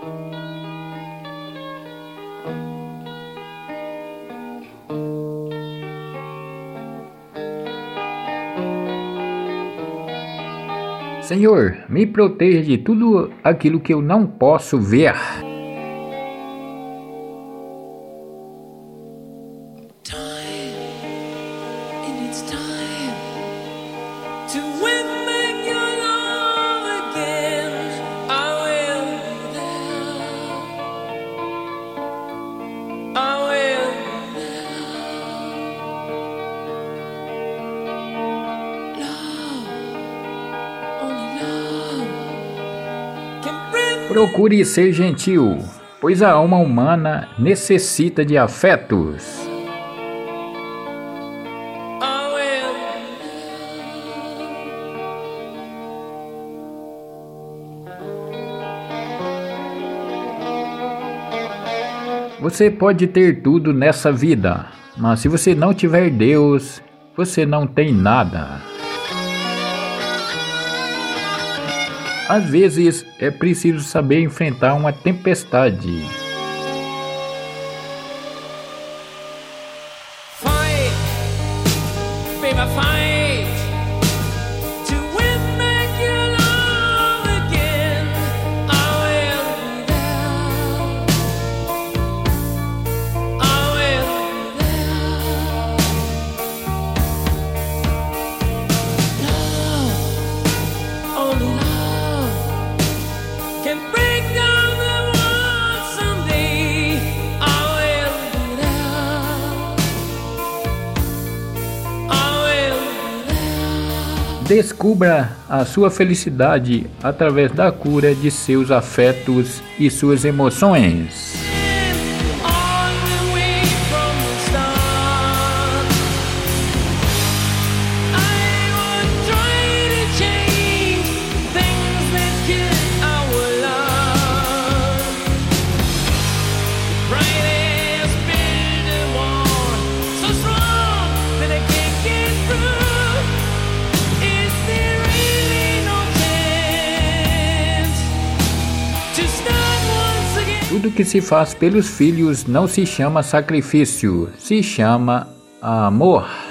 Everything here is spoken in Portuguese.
Senhor, me proteja de tudo aquilo que eu não posso ver. Procure ser gentil, pois a alma humana necessita de afetos. Você pode ter tudo nessa vida, mas se você não tiver Deus, você não tem nada. Às vezes é preciso saber enfrentar uma tempestade. Fight, baby, fight to win back your love again. I will be there. I will be there. Love, only love can break down the walls someday. I will be there. I will be there. Descubra a sua felicidade através da cura de seus afetos e suas emoções. On the way from the start, I would try to change things that kill our love. Brightest building wall, so strong that I can't get through. Is there really no chance to start once again? Tudo que se faz pelos filhos não se chama sacrifício, se chama amor.